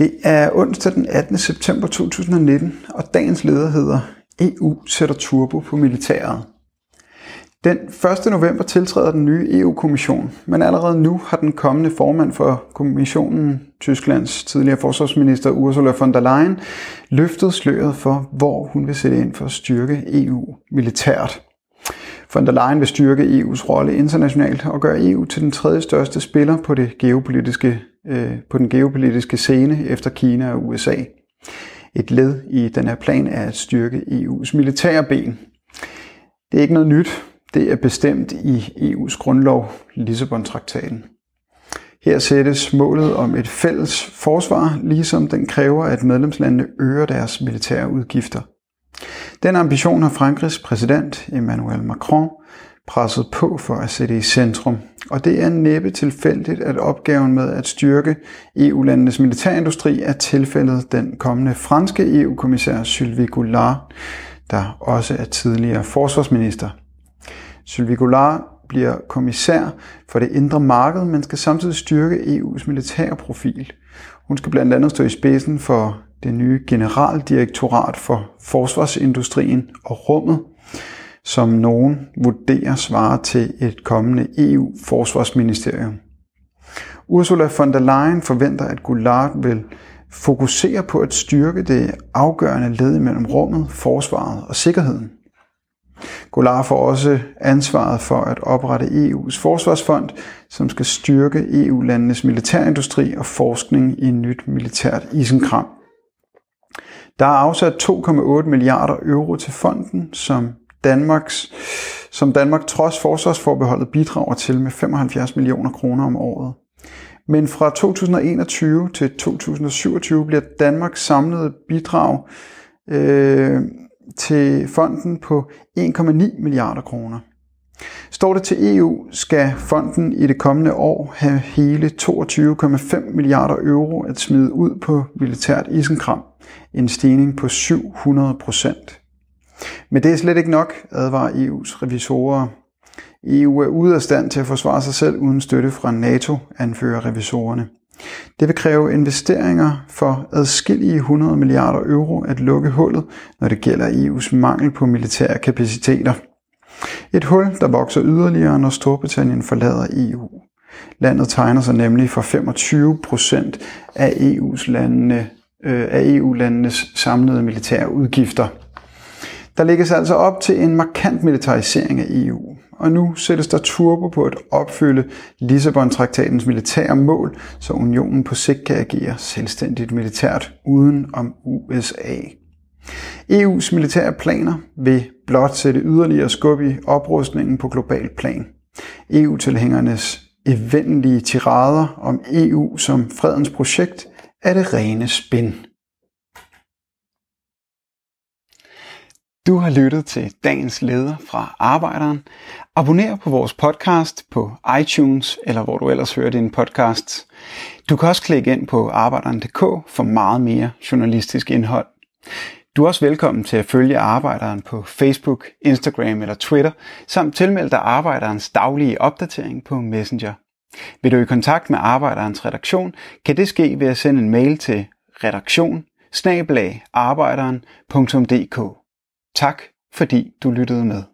Det er onsdag den 18. september 2019, og dagens leder hedder EU sætter turbo på militæret. Den 1. november tiltræder den nye EU-kommission, men allerede nu har den kommende formand for kommissionen, Tysklands tidligere forsvarsminister Ursula von der Leyen, løftet sløret for, hvor hun vil sætte ind for at styrke EU militært. Von der Leyen vil styrke EU's rolle internationalt og gøre EU til den tredje største spiller på den geopolitiske scene efter Kina og USA. Et led i den her plan er at styrke EU's militære ben. Det er ikke noget nyt. Det er bestemt i EU's grundlov, Lissabon-traktaten. Her sættes målet om et fælles forsvar, ligesom den kræver, at medlemslandene øger deres militære udgifter. Den ambition har Frankrigs præsident Emmanuel Macron presset på for at sætte i centrum, og det er næppe tilfældigt, at opgaven med at styrke EU-landenes militærindustri er tilfældet den kommende franske EU-kommissær Sylvie Goulard, der også er tidligere forsvarsminister. Sylvie Goulard bliver kommissær for det indre marked, men skal samtidig styrke EU's militære profil. Hun skal blandt andet stå i spidsen for det nye generaldirektorat for forsvarsindustrien og rummet, som nogen vurderer svarer til et kommende EU-forsvarsministerium. Ursula von der Leyen forventer, at Goulard vil fokusere på at styrke det afgørende led mellem rummet, forsvaret og sikkerheden. Goulard får også ansvaret for at oprette EU's forsvarsfond, som skal styrke EU-landenes militærindustri og forskning i nyt militært isenkram. Der er afsat 2,8 milliarder euro til fonden, som Danmark trods forsvarsforbeholdet bidrager til med 75 millioner kroner om året. Men fra 2021 til 2027 bliver Danmarks samlede bidrag til fonden på 1,9 milliarder kroner. Står det til EU, skal fonden i det kommende år have hele 22,5 milliarder euro at smide ud på militært isenkram, en stigning på 700%. Men det er slet ikke nok, advarer EU's revisorer. EU er ude af stand til at forsvare sig selv uden støtte fra NATO, anfører revisorerne. Det vil kræve investeringer for adskillige 100 milliarder euro at lukke hullet, når det gælder EU's mangel på militære kapaciteter. Et hul, der vokser yderligere, når Storbritannien forlader EU. Landet tegner sig nemlig for 25% af EU-landenes samlede militære udgifter. Der lægges altså op til en markant militarisering af EU, og nu sættes der turbo på at opfylde Lissabon-traktatens militære mål, så unionen på sigt kan agere selvstændigt militært uden om USA. EU's militære planer vil blot sætte yderligere skub i oprustningen på global plan. EU-tilhængernes evindelige tirader om EU som fredens projekt er det rene spin. Du har lyttet til dagens leder fra Arbejderen. Abonner på vores podcast på iTunes, eller hvor du ellers hører dine podcasts. Du kan også klikke ind på arbejderen.dk for meget mere journalistisk indhold. Du er også velkommen til at følge Arbejderen på Facebook, Instagram eller Twitter, samt tilmelde dig Arbejderens daglige opdatering på Messenger. Vil du i kontakt med Arbejderens redaktion, kan det ske ved at sende en mail til redaktion@arbejderen.dk. Tak fordi du lyttede med.